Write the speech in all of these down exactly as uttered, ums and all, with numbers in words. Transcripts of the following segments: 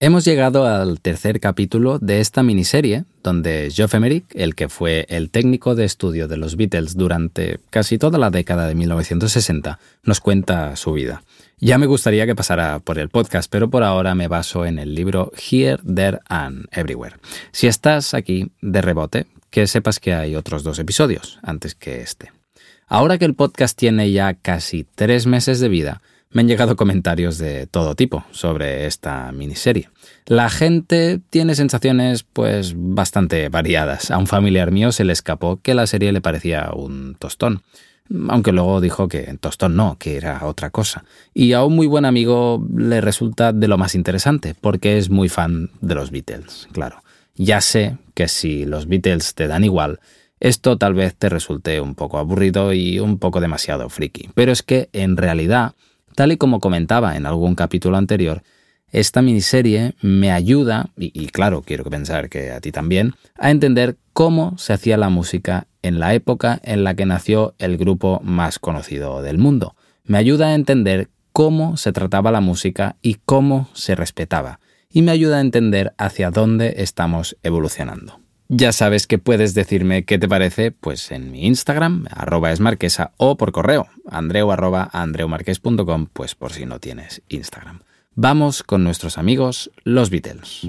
Hemos llegado al tercer capítulo de esta miniserie, donde Geoff Emerick, el que fue el técnico de estudio de los Beatles durante casi toda la década de mil novecientos sesenta, nos cuenta su vida. Ya me gustaría que pasara por el podcast, pero por ahora me baso en el libro Here, There and Everywhere. Si estás aquí de rebote, que sepas que hay otros dos episodios antes que este. Ahora que el podcast tiene ya casi tres meses de vida, me han llegado comentarios de todo tipo sobre esta miniserie. La gente tiene sensaciones pues bastante variadas. A un familiar mío se le escapó que la serie le parecía un tostón, aunque luego dijo que tostón no, que era otra cosa. Y a un muy buen amigo le resulta de lo más interesante, porque es muy fan de los Beatles, claro. Ya sé que si los Beatles te dan igual, esto tal vez te resulte un poco aburrido y un poco demasiado friki. Pero es que en realidad, tal y como comentaba en algún capítulo anterior, esta miniserie me ayuda, y, y claro, quiero pensar que a ti también, a entender cómo se hacía la música en la época en la que nació el grupo más conocido del mundo. Me ayuda a entender cómo se trataba la música y cómo se respetaba. Y me ayuda a entender hacia dónde estamos evolucionando. Ya sabes que puedes decirme qué te parece pues en mi Instagram, arroba esmarquesa, o por correo, andreu arroba andreumarques punto com, pues por si no tienes Instagram. Vamos con nuestros amigos, los Beatles.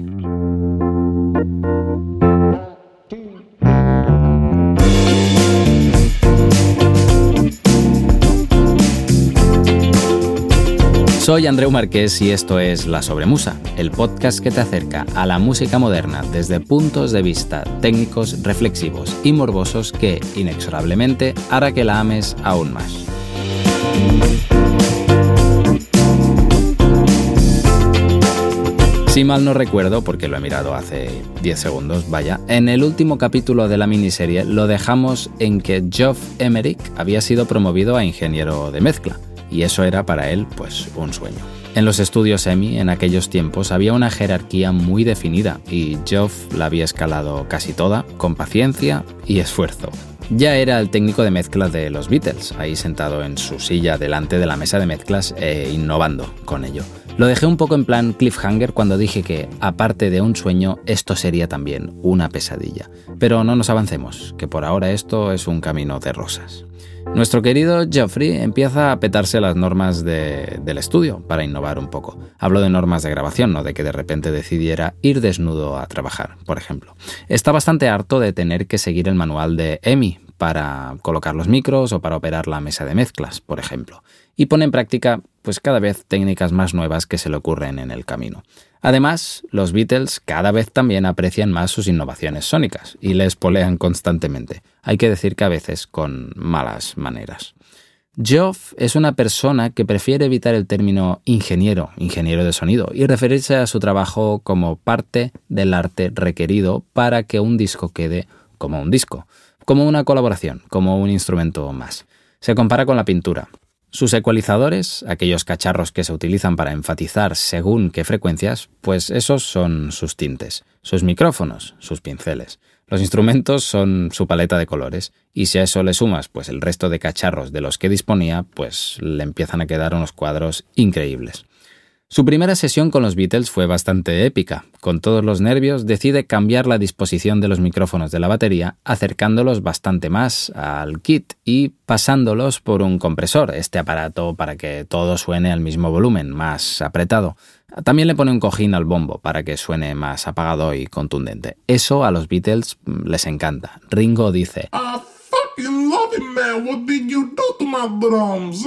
Soy Andreu Marqués y esto es La Sobremusa, el podcast que te acerca a la música moderna desde puntos de vista técnicos, reflexivos y morbosos que, inexorablemente, hará que la ames aún más. Si mal no recuerdo, porque lo he mirado hace diez segundos, vaya, en el último capítulo de la miniserie lo dejamos en que Geoff Emerick había sido promovido a ingeniero de mezcla. Y eso era para él, pues, un sueño. En los estudios EMI, en aquellos tiempos, había una jerarquía muy definida y Geoff la había escalado casi toda, con paciencia y esfuerzo. Ya era el técnico de mezcla de los Beatles, ahí sentado en su silla delante de la mesa de mezclas e innovando con ello. Lo dejé un poco en plan cliffhanger cuando dije que, aparte de un sueño, esto sería también una pesadilla. Pero no nos avancemos, que por ahora esto es un camino de rosas. Nuestro querido Geoffrey empieza a petarse las normas de, del estudio para innovar un poco. Hablo de normas de grabación, no de que de repente decidiera ir desnudo a trabajar, por ejemplo. Está bastante harto de tener que seguir el manual de EMI para colocar los micros o para operar la mesa de mezclas, por ejemplo. Y pone en práctica pues cada vez técnicas más nuevas que se le ocurren en el camino. Además, los Beatles cada vez también aprecian más sus innovaciones sónicas y les polean constantemente. Hay que decir que a veces con malas maneras. Geoff es una persona que prefiere evitar el término ingeniero, ingeniero de sonido, y referirse a su trabajo como parte del arte requerido para que un disco quede como un disco, como una colaboración, como un instrumento más. Se compara con la pintura. Sus ecualizadores, aquellos cacharros que se utilizan para enfatizar según qué frecuencias, pues esos son sus tintes, sus micrófonos, sus pinceles. Los instrumentos son su paleta de colores, y si a eso le sumas pues el resto de cacharros de los que disponía, pues le empiezan a quedar unos cuadros increíbles. Su primera sesión con los Beatles fue bastante épica. Con todos los nervios, decide cambiar la disposición de los micrófonos de la batería, acercándolos bastante más al kit y pasándolos por un compresor, este aparato para que todo suene al mismo volumen, más apretado. También le pone un cojín al bombo para que suene más apagado y contundente. Eso a los Beatles les encanta. Ringo dice: I fucking love it, man. What did you do to my drums?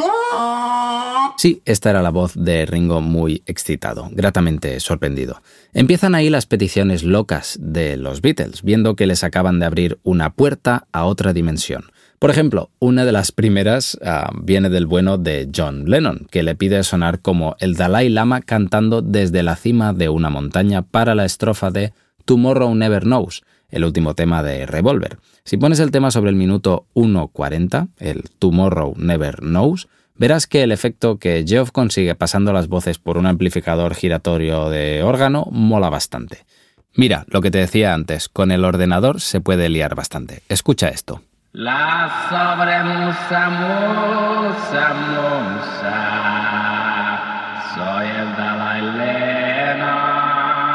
Ah. Sí, esta era la voz de Ringo muy excitado, gratamente sorprendido. Empiezan ahí las peticiones locas de los Beatles, viendo que les acaban de abrir una puerta a otra dimensión. Por ejemplo, una de las primeras uh, viene del bueno de John Lennon, que le pide sonar como el Dalai Lama cantando desde la cima de una montaña para la estrofa de Tomorrow Never Knows, el último tema de Revolver. Si pones el tema sobre el minuto uno cuarenta, el Tomorrow Never Knows, verás que el efecto que Geoff consigue pasando las voces por un amplificador giratorio de órgano mola bastante. Mira, lo que te decía antes, con el ordenador se puede liar bastante. Escucha esto. La sobremusa, musa, musa, soy el Dalai Lama.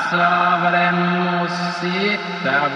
sobre musita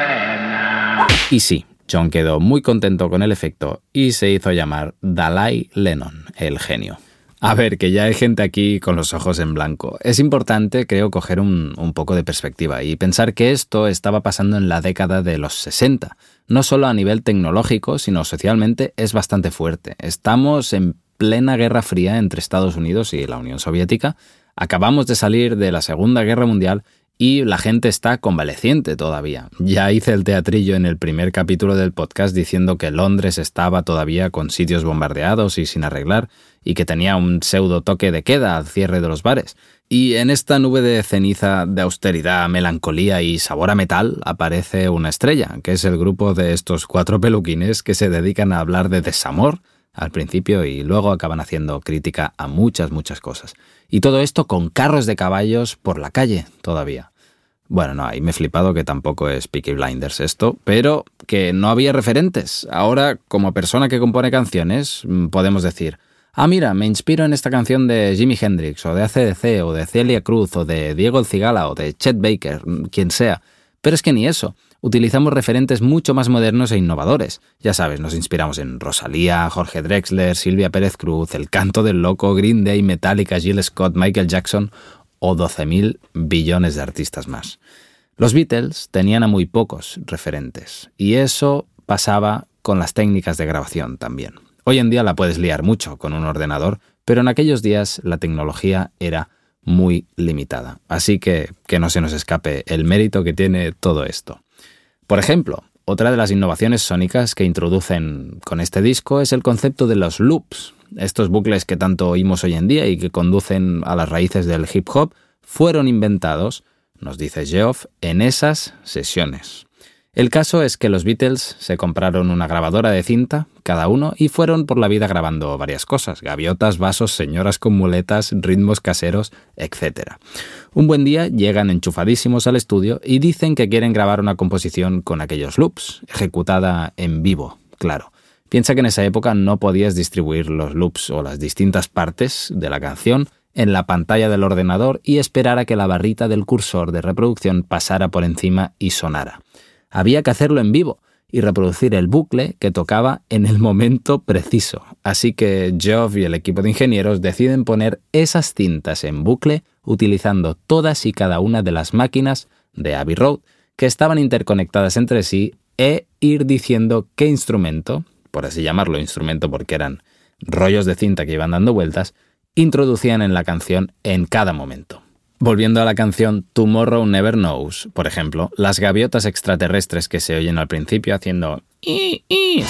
buena. Y sí, John quedó muy contento con el efecto y se hizo llamar Dalai Lennon, el genio. A ver, que ya hay gente aquí con los ojos en blanco. Es importante, creo, coger un, un poco de perspectiva y pensar que esto estaba pasando en la década de los sesenta. No solo a nivel tecnológico, sino socialmente es bastante fuerte. Estamos en plena Guerra Fría entre Estados Unidos y la Unión Soviética. Acabamos de salir de la Segunda Guerra Mundial y la gente está convaleciente todavía. Ya hice el teatrillo en el primer capítulo del podcast diciendo que Londres estaba todavía con sitios bombardeados y sin arreglar y que tenía un pseudo toque de queda al cierre de los bares. Y en esta nube de ceniza, de austeridad, melancolía y sabor a metal aparece una estrella, que es el grupo de estos cuatro peluquines que se dedican a hablar de desamor al principio y luego acaban haciendo crítica a muchas, muchas cosas. Y todo esto con carros de caballos por la calle todavía. Bueno, no, ahí me he flipado que tampoco es Peaky Blinders esto, pero que no había referentes. Ahora, como persona que compone canciones, podemos decir, ah, mira, me inspiro en esta canción de Jimi Hendrix, o de A C D C, o de Celia Cruz, o de Diego El Cigala, o de Chet Baker, quien sea. Pero es que ni eso. Utilizamos referentes mucho más modernos e innovadores. Ya sabes, nos inspiramos en Rosalía, Jorge Drexler, Silvia Pérez Cruz, El Canto del Loco, Green Day, Metallica, Jill Scott, Michael Jackson o doce mil billones de artistas más. Los Beatles tenían a muy pocos referentes y eso pasaba con las técnicas de grabación también. Hoy en día la puedes liar mucho con un ordenador, pero en aquellos días la tecnología era muy limitada. Así que que no se nos escape el mérito que tiene todo esto. Por ejemplo, otra de las innovaciones sónicas que introducen con este disco es el concepto de los loops. Estos bucles que tanto oímos hoy en día y que conducen a las raíces del hip hop fueron inventados, nos dice Geoff, en esas sesiones. El caso es que los Beatles se compraron una grabadora de cinta, cada uno, y fueron por la vida grabando varias cosas, gaviotas, vasos, señoras con muletas, ritmos caseros, etcétera. Un buen día llegan enchufadísimos al estudio y dicen que quieren grabar una composición con aquellos loops, ejecutada en vivo, claro. Piensa que en esa época no podías distribuir los loops o las distintas partes de la canción en la pantalla del ordenador y esperar a que la barrita del cursor de reproducción pasara por encima y sonara. Había que hacerlo en vivo y reproducir el bucle que tocaba en el momento preciso. Así que Geoff y el equipo de ingenieros deciden poner esas cintas en bucle utilizando todas y cada una de las máquinas de Abbey Road que estaban interconectadas entre sí e ir diciendo qué instrumento, por así llamarlo instrumento porque eran rollos de cinta que iban dando vueltas, introducían en la canción en cada momento. Volviendo a la canción Tomorrow Never Knows, por ejemplo, las gaviotas extraterrestres que se oyen al principio haciendo i, i,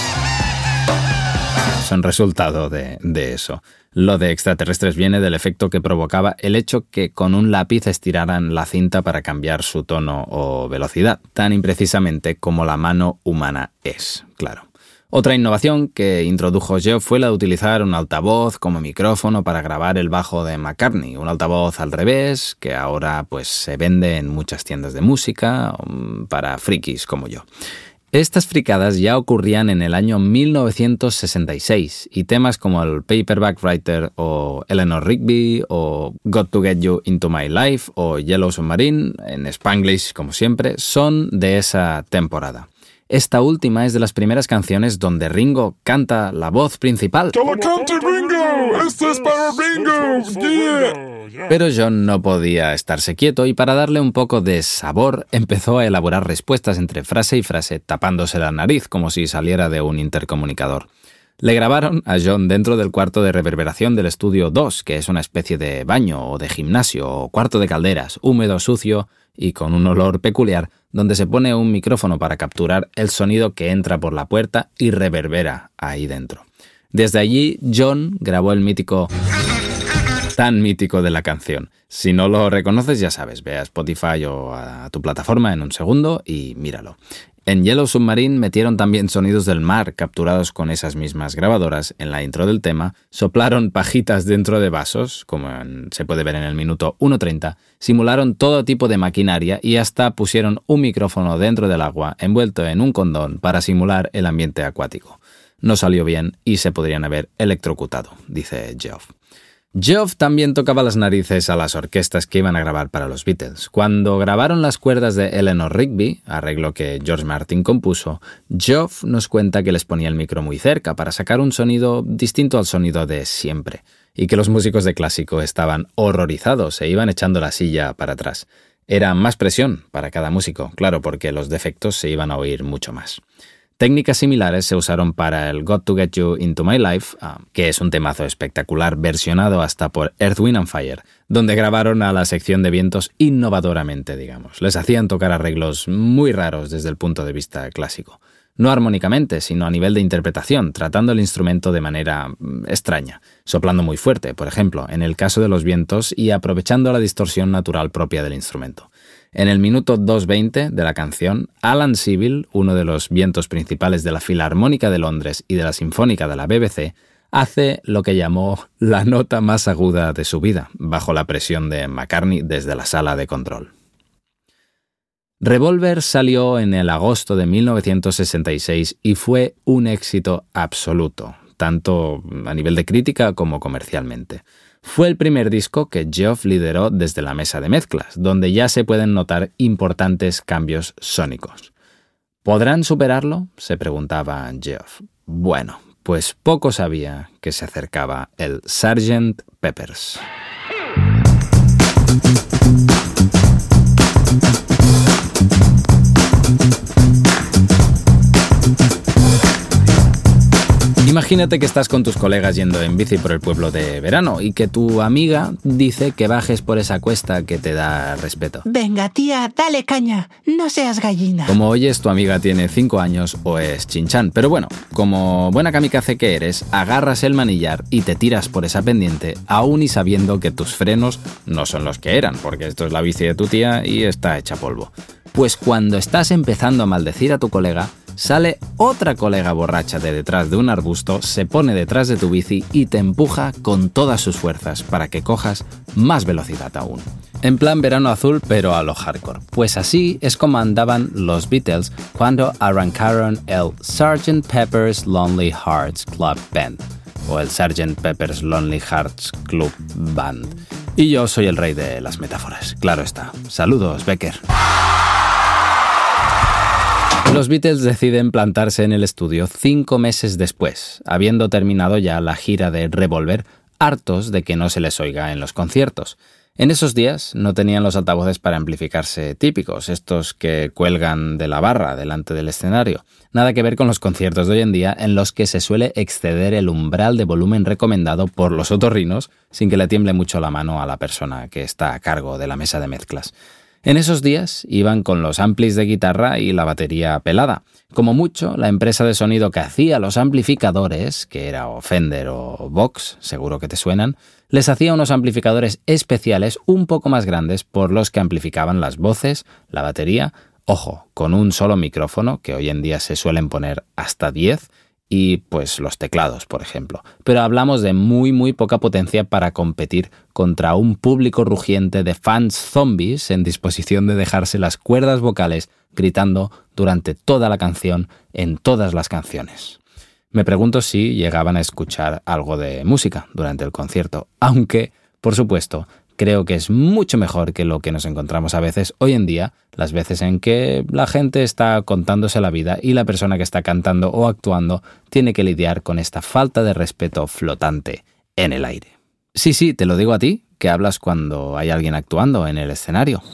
son resultado de, de eso. Lo de extraterrestres viene del efecto que provocaba el hecho que con un lápiz estiraran la cinta para cambiar su tono o velocidad, tan imprecisamente como la mano humana es, claro. Otra innovación que introdujo Geoff fue la de utilizar un altavoz como micrófono para grabar el bajo de McCartney, un altavoz al revés que ahora pues se vende en muchas tiendas de música para frikis como yo. Estas fricadas ya ocurrían en el año mil novecientos sesenta y seis y temas como el Paperback Writer o Eleanor Rigby o Got to Get You Into My Life o Yellow Submarine, en Spanglish como siempre, son de esa temporada. Esta última es de las primeras canciones donde Ringo canta la voz principal. ¡Que la cante Ringo! ¡Esto es para Ringo! ¡Yeah! Pero John no podía estarse quieto y para darle un poco de sabor empezó a elaborar respuestas entre frase y frase tapándose la nariz como si saliera de un intercomunicador. Le grabaron a John dentro del cuarto de reverberación del estudio dos, que es una especie de baño o de gimnasio o cuarto de calderas, húmedo, sucio y con un olor peculiar, donde se pone un micrófono para capturar el sonido que entra por la puerta y reverbera ahí dentro. Desde allí, John grabó el mítico, tan mítico de la canción. Si no lo reconoces, ya sabes, ve a Spotify o a tu plataforma en un segundo y míralo. En Yellow Submarine metieron también sonidos del mar capturados con esas mismas grabadoras. En la intro del tema soplaron pajitas dentro de vasos, como en, se puede ver en el minuto uno treinta, simularon todo tipo de maquinaria y hasta pusieron un micrófono dentro del agua envuelto en un condón para simular el ambiente acuático. No salió bien y se podrían haber electrocutado, dice Geoff. Geoff también tocaba las narices a las orquestas que iban a grabar para los Beatles. Cuando grabaron las cuerdas de Eleanor Rigby, arreglo que George Martin compuso, Geoff nos cuenta que les ponía el micro muy cerca para sacar un sonido distinto al sonido de siempre, y que los músicos de clásico estaban horrorizados e iban echando la silla para atrás. Era más presión para cada músico, claro, porque los defectos se iban a oír mucho más. Técnicas similares se usaron para el Got to Get You Into My Life, que es un temazo espectacular versionado hasta por Earth, Wind and Fire, donde grabaron a la sección de vientos innovadoramente, digamos. Les hacían tocar arreglos muy raros desde el punto de vista clásico. No armónicamente, sino a nivel de interpretación, tratando el instrumento de manera extraña, soplando muy fuerte, por ejemplo, en el caso de los vientos y aprovechando la distorsión natural propia del instrumento. En el minuto dos veinte de la canción, Alan Civil, uno de los vientos principales de la Filarmónica de Londres y de la Sinfónica de la B B C, hace lo que llamó la nota más aguda de su vida, bajo la presión de McCartney desde la sala de control. Revolver salió en el agosto de mil novecientos sesenta y seis y fue un éxito absoluto, tanto a nivel de crítica como comercialmente. Fue el primer disco que Geoff lideró desde la mesa de mezclas, donde ya se pueden notar importantes cambios sónicos. ¿Podrán superarlo?, se preguntaba Geoff. Bueno, pues poco sabía que se acercaba el sergeant Pepper's. Imagínate que estás con tus colegas yendo en bici por el pueblo de verano y que tu amiga dice que bajes por esa cuesta que te da respeto. Venga, tía, dale caña, no seas gallina. Como oyes, tu amiga tiene cinco años o es Chin-chan, pero bueno, como buena kamikaze que eres, agarras el manillar y te tiras por esa pendiente, aún y sabiendo que tus frenos no son los que eran, porque esto es la bici de tu tía y está hecha polvo. Pues cuando estás empezando a maldecir a tu colega, sale otra colega borracha de detrás de un arbusto, se pone detrás de tu bici y te empuja con todas sus fuerzas para que cojas más velocidad aún. En plan verano azul, pero a lo hardcore. Pues así es como andaban los Beatles cuando arrancaron el sergeant Pepper's Lonely Hearts Club Band, o el sergeant Pepper's Lonely Hearts Club Band. Y yo soy el rey de las metáforas, claro está. Saludos, Becker. Los Beatles deciden plantarse en el estudio cinco meses después, habiendo terminado ya la gira de Revolver, hartos de que no se les oiga en los conciertos. En esos días no tenían los altavoces para amplificarse típicos, estos que cuelgan de la barra delante del escenario. Nada que ver con los conciertos de hoy en día en los que se suele exceder el umbral de volumen recomendado por los otorrinos sin que le tiemble mucho la mano a la persona que está a cargo de la mesa de mezclas. En esos días iban con los amplis de guitarra y la batería pelada. Como mucho, la empresa de sonido que hacía los amplificadores, que era o Fender o Vox, seguro que te suenan, les hacía unos amplificadores especiales un poco más grandes por los que amplificaban las voces, la batería, ojo, con un solo micrófono, que hoy en día se suelen poner hasta diez, y pues los teclados, por ejemplo. Pero hablamos de muy muy poca potencia para competir contra un público rugiente de fans zombies en disposición de dejarse las cuerdas vocales gritando durante toda la canción en todas las canciones. Me pregunto si llegaban a escuchar algo de música durante el concierto, aunque, por supuesto, creo que es mucho mejor que lo que nos encontramos a veces hoy en día, las veces en que la gente está contándose la vida y la persona que está cantando o actuando tiene que lidiar con esta falta de respeto flotante en el aire. Sí, sí, te lo digo a ti, que hablas cuando hay alguien actuando en el escenario.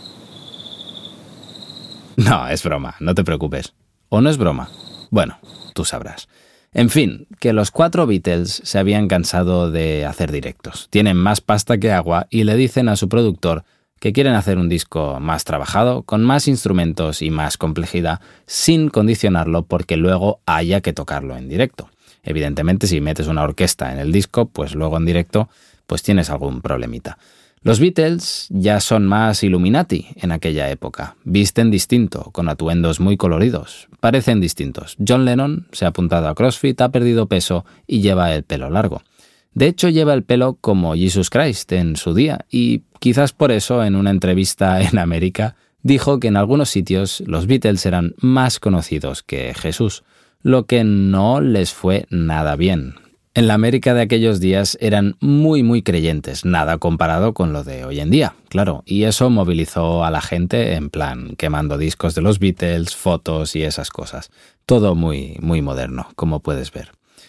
No, es broma, no te preocupes. ¿O no es broma? Bueno, tú sabrás. En fin, que los cuatro Beatles se habían cansado de hacer directos. Tienen más pasta que agua y le dicen a su productor que quieren hacer un disco más trabajado, con más instrumentos y más complejidad, sin condicionarlo porque luego haya que tocarlo en directo. Evidentemente, si metes una orquesta en el disco, pues luego en directo pues tienes algún problemita. Los Beatles ya son más Illuminati en aquella época. Visten distinto, con atuendos muy coloridos. Parecen distintos. John Lennon se ha apuntado a CrossFit, ha perdido peso y lleva el pelo largo. De hecho, lleva el pelo como Jesus Christ en su día y quizás por eso en una entrevista en América dijo que en algunos sitios los Beatles eran más conocidos que Jesús, lo que no les fue nada bien. En la América de aquellos días eran muy muy creyentes, nada comparado con lo de hoy en día, claro, y eso movilizó a la gente en plan quemando discos de los Beatles, fotos y esas cosas. Todo muy muy moderno, como puedes ver.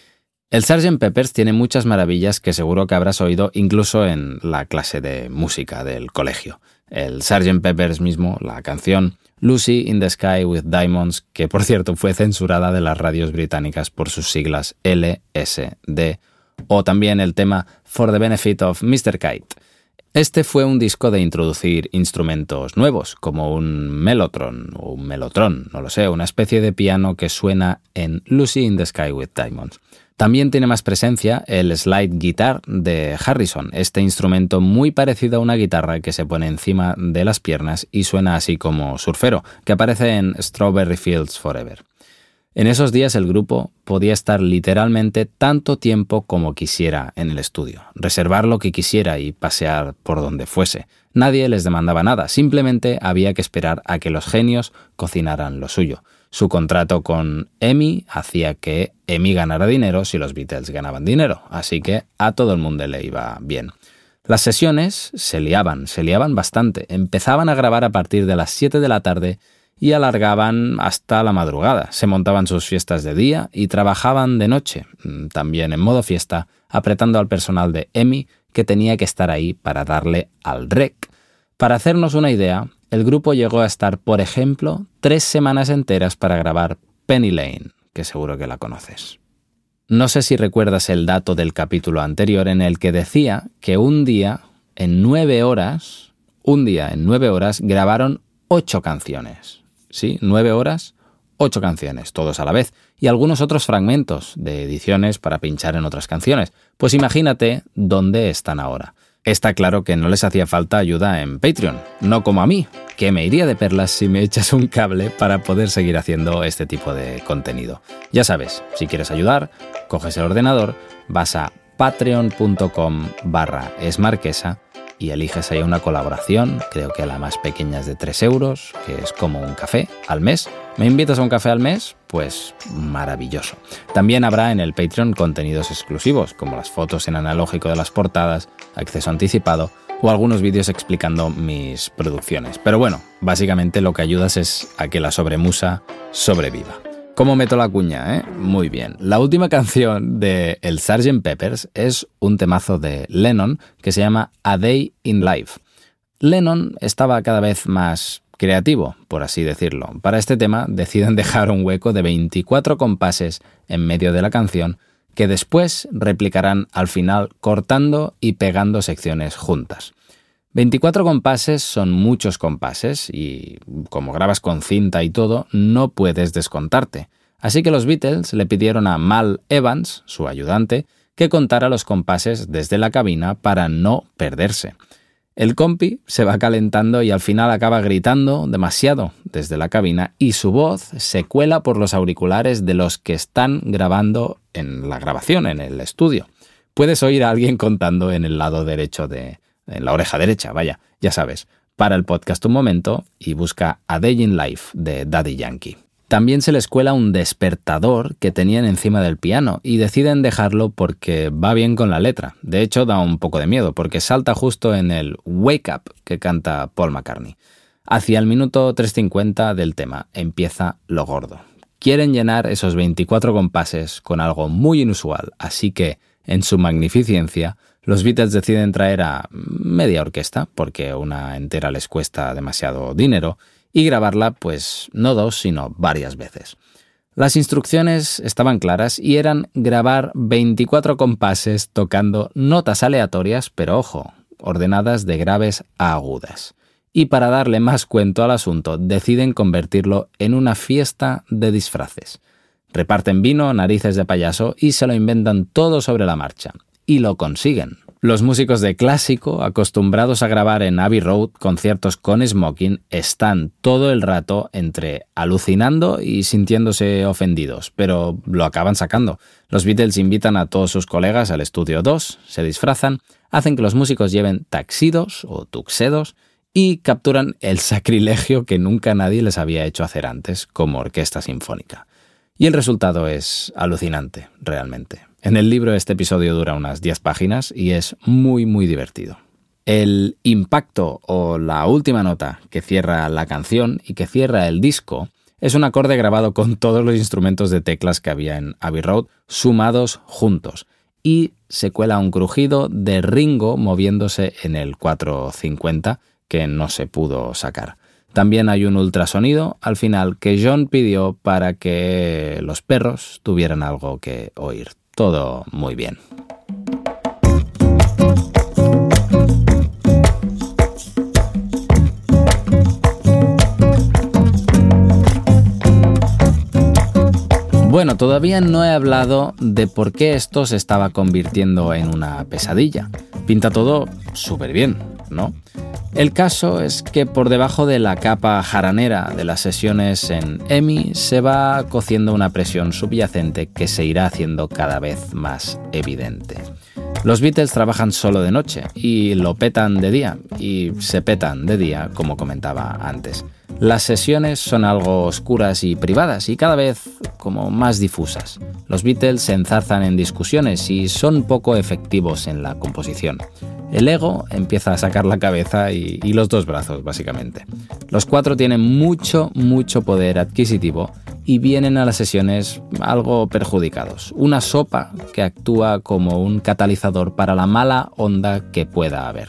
El sergeant Pepper's tiene muchas maravillas que seguro que habrás oído incluso en la clase de música del colegio. El sergeant Pepper's mismo, la canción Lucy in the Sky with Diamonds, que por cierto fue censurada de las radios británicas por sus siglas L S D, o también el tema For the Benefit of mister Kite. Este fue un disco de introducir instrumentos nuevos, como un mellotron o un melotron, no lo sé, una especie de piano que suena en Lucy in the Sky with Diamonds. También tiene más presencia el slide guitar de Harrison, este instrumento muy parecido a una guitarra que se pone encima de las piernas y suena así como surfero, que aparece en Strawberry Fields Forever. En esos días el grupo podía estar literalmente tanto tiempo como quisiera en el estudio, reservar lo que quisiera y pasear por donde fuese. Nadie les demandaba nada, simplemente había que esperar a que los genios cocinaran lo suyo. Su contrato con E M I hacía que E M I ganara dinero si los Beatles ganaban dinero, así que a todo el mundo le iba bien. Las sesiones se liaban, se liaban bastante. Empezaban a grabar a partir de las siete de la tarde y alargaban hasta la madrugada. Se montaban sus fiestas de día y trabajaban de noche, también en modo fiesta, apretando al personal de E M I que tenía que estar ahí para darle al rec. Para hacernos una idea, el grupo llegó a estar, por ejemplo, tres semanas enteras para grabar Penny Lane, que seguro que la conoces. No sé si recuerdas el dato del capítulo anterior en el que decía que un día, en nueve horas, un día en nueve horas, grabaron ocho canciones. Sí, nueve horas, ocho canciones, todos a la vez, y algunos otros fragmentos de ediciones para pinchar en otras canciones. Pues imagínate dónde están ahora. Está claro que no les hacía falta ayuda en Patreon, no como a mí, que me iría de perlas si me echas un cable para poder seguir haciendo este tipo de contenido. Ya sabes, si quieres ayudar, coges el ordenador, vas a patreon.com barra esmarquesa y eliges ahí una colaboración, creo que la más pequeña es de tres euros, que es como un café al mes. ¿Me invitas a un café al mes? Pues maravilloso. También habrá en el Patreon contenidos exclusivos, como las fotos en analógico de las portadas, acceso anticipado o algunos vídeos explicando mis producciones. Pero bueno, básicamente lo que ayudas es a que la sobremusa sobreviva. ¿Cómo meto la cuña, eh? Muy bien. La última canción de el sergeant Pepper's es un temazo de Lennon que se llama A Day in Life. Lennon estaba cada vez más creativo, por así decirlo. Para este tema deciden dejar un hueco de veinticuatro compases en medio de la canción que después replicarán al final cortando y pegando secciones juntas. veinticuatro compases son muchos compases y, como grabas con cinta y todo, no puedes descontarte. Así que los Beatles le pidieron a Mal Evans, su ayudante, que contara los compases desde la cabina para no perderse. El compi se va calentando y al final acaba gritando demasiado desde la cabina y su voz se cuela por los auriculares de los que están grabando en la grabación, en el estudio. Puedes oír a alguien contando en el lado derecho de... en la oreja derecha, vaya, ya sabes. Para el podcast un momento y busca A Day in Life de Daddy Yankee. También se les cuela un despertador que tenían encima del piano y deciden dejarlo porque va bien con la letra. De hecho, da un poco de miedo porque salta justo en el Wake Up que canta Paul McCartney. Hacia el minuto tres cincuenta del tema empieza lo gordo. Quieren llenar esos veinticuatro compases con algo muy inusual, así que, en su magnificencia, los Beatles deciden traer a media orquesta, porque una entera les cuesta demasiado dinero, y grabarla, pues, no dos, sino varias veces. Las instrucciones estaban claras y eran grabar veinticuatro compases tocando notas aleatorias, pero ojo, ordenadas de graves a agudas. Y para darle más cuento al asunto, deciden convertirlo en una fiesta de disfraces. Reparten vino, narices de payaso y se lo inventan todo sobre la marcha. Y lo consiguen. Los músicos de clásico, acostumbrados a grabar en Abbey Road conciertos con smoking, están todo el rato entre alucinando y sintiéndose ofendidos, pero lo acaban sacando. Los Beatles invitan a todos sus colegas al estudio dos, se disfrazan, hacen que los músicos lleven taxidos o tuxedos y capturan el sacrilegio que nunca nadie les había hecho hacer antes como orquesta sinfónica. Y el resultado es alucinante, realmente. En el libro este episodio dura unas diez páginas y es muy, muy divertido. El impacto o la última nota que cierra la canción y que cierra el disco es un acorde grabado con todos los instrumentos de teclas que había en Abbey Road sumados juntos y se cuela un crujido de Ringo moviéndose en el cuatrocientos cincuenta que no se pudo sacar. También hay un ultrasonido al final que John pidió para que los perros tuvieran algo que oír. Todo muy bien. Bueno, todavía no he hablado de por qué esto se estaba convirtiendo en una pesadilla. Pinta todo súper bien, ¿no? El caso es que por debajo de la capa jaranera de las sesiones en E M I se va cociendo una presión subyacente que se irá haciendo cada vez más evidente. Los Beatles trabajan solo de noche y lo petan de día, y se petan de día, como comentaba antes. Las sesiones son algo oscuras y privadas y cada vez como más difusas. Los Beatles se enzarzan en discusiones y son poco efectivos en la composición. El ego empieza a sacar la cabeza y, y los dos brazos, básicamente. Los cuatro tienen mucho, mucho poder adquisitivo y vienen a las sesiones algo perjudicados. Una sopa que actúa como un catalizador para la mala onda que pueda haber.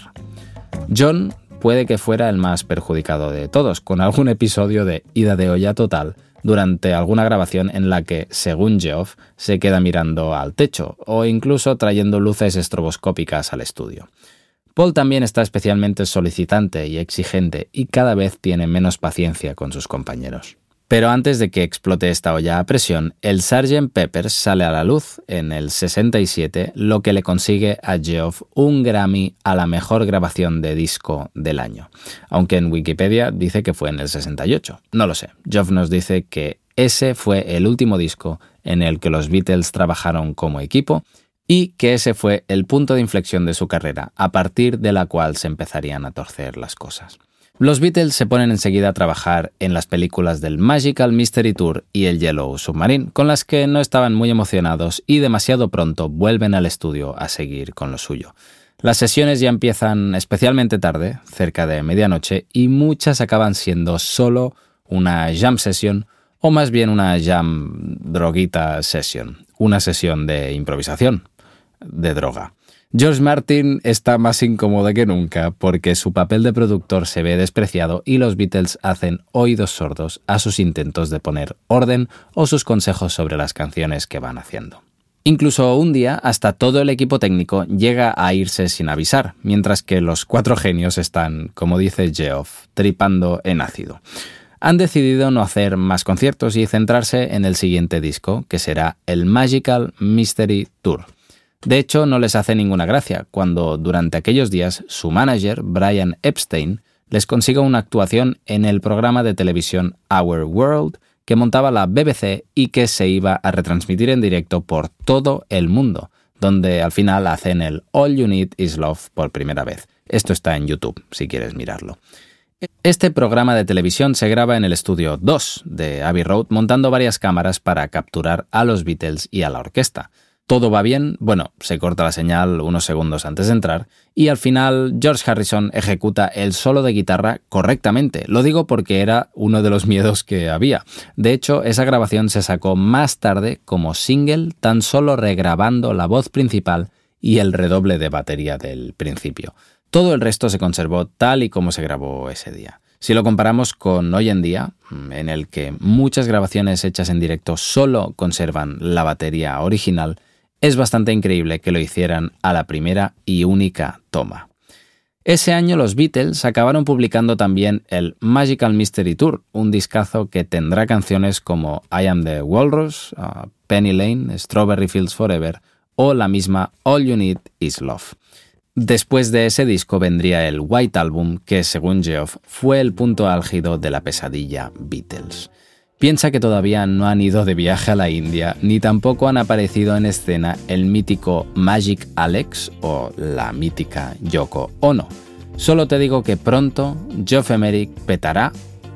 John puede que fuera el más perjudicado de todos, con algún episodio de ida de olla total durante alguna grabación en la que, según Geoff, se queda mirando al techo o incluso trayendo luces estroboscópicas al estudio. Paul también está especialmente solicitante y exigente y cada vez tiene menos paciencia con sus compañeros. Pero antes de que explote esta olla a presión, el sergeant Pepper sale a la luz en el sesenta y siete, lo que le consigue a Geoff un Grammy a la mejor grabación de disco del año. Aunque en Wikipedia dice que fue en el sesenta y ocho. No lo sé. Geoff nos dice que ese fue el último disco en el que los Beatles trabajaron como equipo y que ese fue el punto de inflexión de su carrera, a partir de la cual se empezarían a torcer las cosas. Los Beatles se ponen enseguida a trabajar en las películas del Magical Mystery Tour y el Yellow Submarine, con las que no estaban muy emocionados y demasiado pronto vuelven al estudio a seguir con lo suyo. Las sesiones ya empiezan especialmente tarde, cerca de medianoche, y muchas acaban siendo solo una jam session o más bien una jam droguita session, una sesión de improvisación, de droga. George Martin está más incómodo que nunca porque su papel de productor se ve despreciado y los Beatles hacen oídos sordos a sus intentos de poner orden o sus consejos sobre las canciones que van haciendo. Incluso un día, hasta todo el equipo técnico llega a irse sin avisar, mientras que los cuatro genios están, como dice Geoff, tripando en ácido. Han decidido no hacer más conciertos y centrarse en el siguiente disco, que será el Magical Mystery Tour. De hecho, no les hace ninguna gracia cuando durante aquellos días su manager, Brian Epstein, les consigue una actuación en el programa de televisión Our World que montaba la B B C y que se iba a retransmitir en directo por todo el mundo, donde al final hacen el All You Need Is Love por primera vez. Esto está en YouTube, si quieres mirarlo. Este programa de televisión se graba en el estudio dos de Abbey Road, montando varias cámaras para capturar a los Beatles y a la orquesta. Todo va bien, bueno, se corta la señal unos segundos antes de entrar y al final George Harrison ejecuta el solo de guitarra correctamente. Lo digo porque era uno de los miedos que había. De hecho, esa grabación se sacó más tarde como single, tan solo regrabando la voz principal y el redoble de batería del principio. Todo el resto se conservó tal y como se grabó ese día. Si lo comparamos con hoy en día, en el que muchas grabaciones hechas en directo solo conservan la batería original, es bastante increíble que lo hicieran a la primera y única toma. Ese año los Beatles acabaron publicando también el Magical Mystery Tour, un discazo que tendrá canciones como I Am the Walrus, uh, Penny Lane, Strawberry Fields Forever o la misma All You Need Is Love. Después de ese disco vendría el White Album, que según Geoff fue el punto álgido de la pesadilla Beatles. Piensa que todavía no han ido de viaje a la India, ni tampoco han aparecido en escena el mítico Magic Alex o la mítica Yoko Ono. Solo te digo que pronto Geoff Emerick petará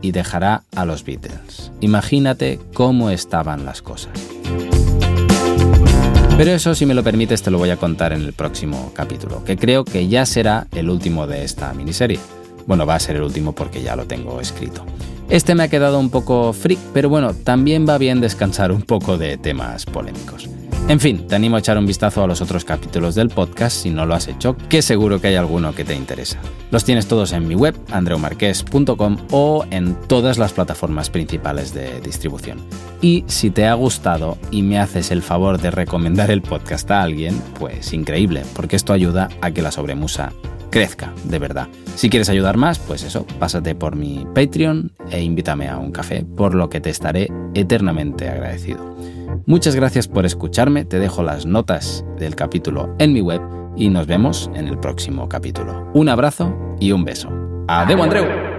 y dejará a los Beatles. Imagínate cómo estaban las cosas. Pero eso, si me lo permites, te lo voy a contar en el próximo capítulo, que creo que ya será el último de esta miniserie. Bueno, va a ser el último porque ya lo tengo escrito. Este me ha quedado un poco freak, pero bueno, también va bien descansar un poco de temas polémicos. En fin, te animo a echar un vistazo a los otros capítulos del podcast si no lo has hecho, que seguro que hay alguno que te interesa. Los tienes todos en mi web, andreu marqués punto com, o en todas las plataformas principales de distribución. Y si te ha gustado y me haces el favor de recomendar el podcast a alguien, pues increíble, porque esto ayuda a que La Sobremusa crezca, de verdad. Si quieres ayudar más, pues eso, pásate por mi Patreon e invítame a un café, por lo que te estaré eternamente agradecido. Muchas gracias por escucharme, te dejo las notas del capítulo en mi web y nos vemos en el próximo capítulo. Un abrazo y un beso. ¡Adeu, Andreu!